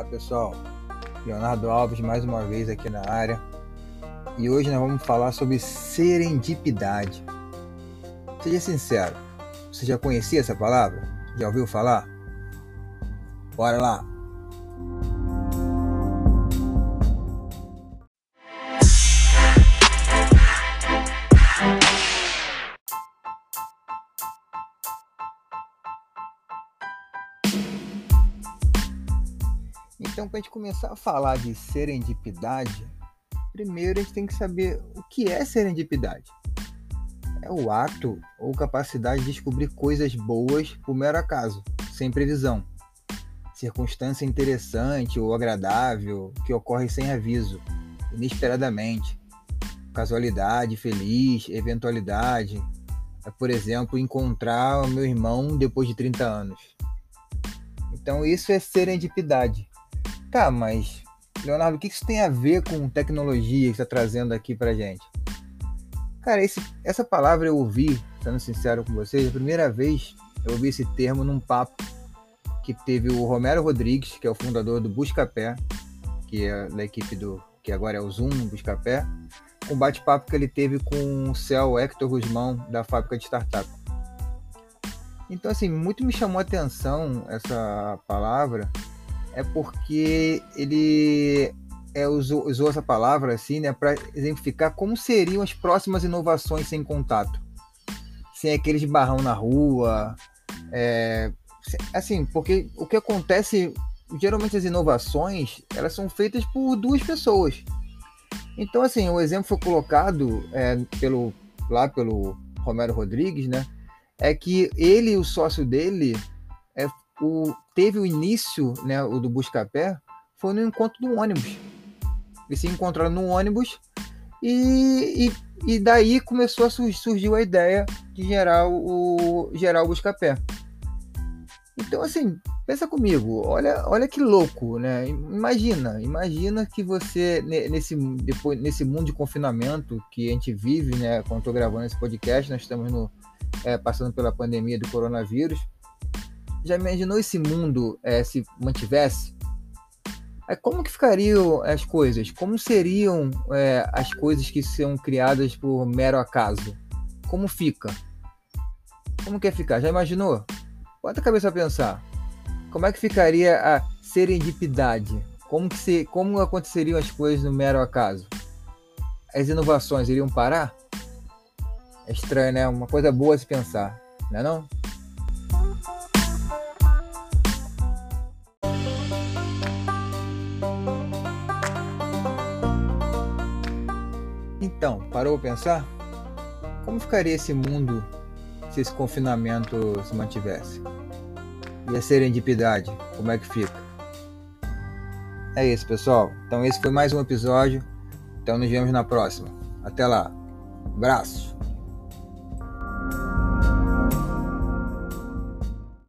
pessoal, Leonardo Alves mais uma vez aqui na área e hoje nós vamos falar sobre serendipidade. Seja sincero, você já conhecia essa palavra? Já ouviu falar? Bora lá! Então, para a gente começar a falar de serendipidade, primeiro a gente tem que saber o que é serendipidade. É o ato ou capacidade de descobrir coisas boas por mero acaso, sem previsão. Circunstância interessante ou agradável que ocorre sem aviso, inesperadamente. Casualidade, feliz, eventualidade. Por exemplo, encontrar o meu irmão depois de 30 anos. Então isso é serendipidade. Tá, mas Leonardo, o que isso tem a ver com tecnologia que você está trazendo aqui pra gente? Cara, essa palavra eu ouvi, sendo sincero com vocês, a primeira vez eu ouvi esse termo num papo que teve o Romero Rodrigues, que é o fundador do Buscapé, que é da equipe que agora é o Zoom Buscapé, um bate-papo que ele teve com o Céu Hector Guzmão, da Fábrica de Startup. Então, assim, muito me chamou a atenção essa palavra, é porque ele usou essa palavra assim, né, para exemplificar como seriam as próximas inovações sem contato, sem aqueles barrão na rua, assim, porque o que acontece, geralmente as inovações, elas são feitas por duas pessoas. Então, assim, o exemplo foi colocado pelo Romero Rodrigues, né, é que ele e o sócio dele teve o início, né, o do Buscapé, foi no encontro do ônibus. Eles se encontraram no ônibus e daí surgiu a ideia de gerar o Buscapé. Então, assim, pensa comigo, olha que louco, né? Imagina que você, nesse mundo de confinamento que a gente vive, né? Quando estou gravando esse podcast, nós estamos passando pela pandemia do coronavírus. Já imaginou esse mundo se mantivesse? Como que ficariam as coisas? Como seriam as coisas que são criadas por mero acaso? Como fica? Como quer ficar? Já imaginou? Bota a cabeça a pensar. Como é que ficaria a serendipidade? Como aconteceriam as coisas no mero acaso? As inovações iriam parar? É estranho, né? Uma coisa boa a se pensar, não é não? Então, parou para pensar? Como ficaria esse mundo se esse confinamento se mantivesse? E a serendipidade, como é que fica? É isso, pessoal. Então esse foi mais um episódio. Então nos vemos na próxima. Até lá. Abraços.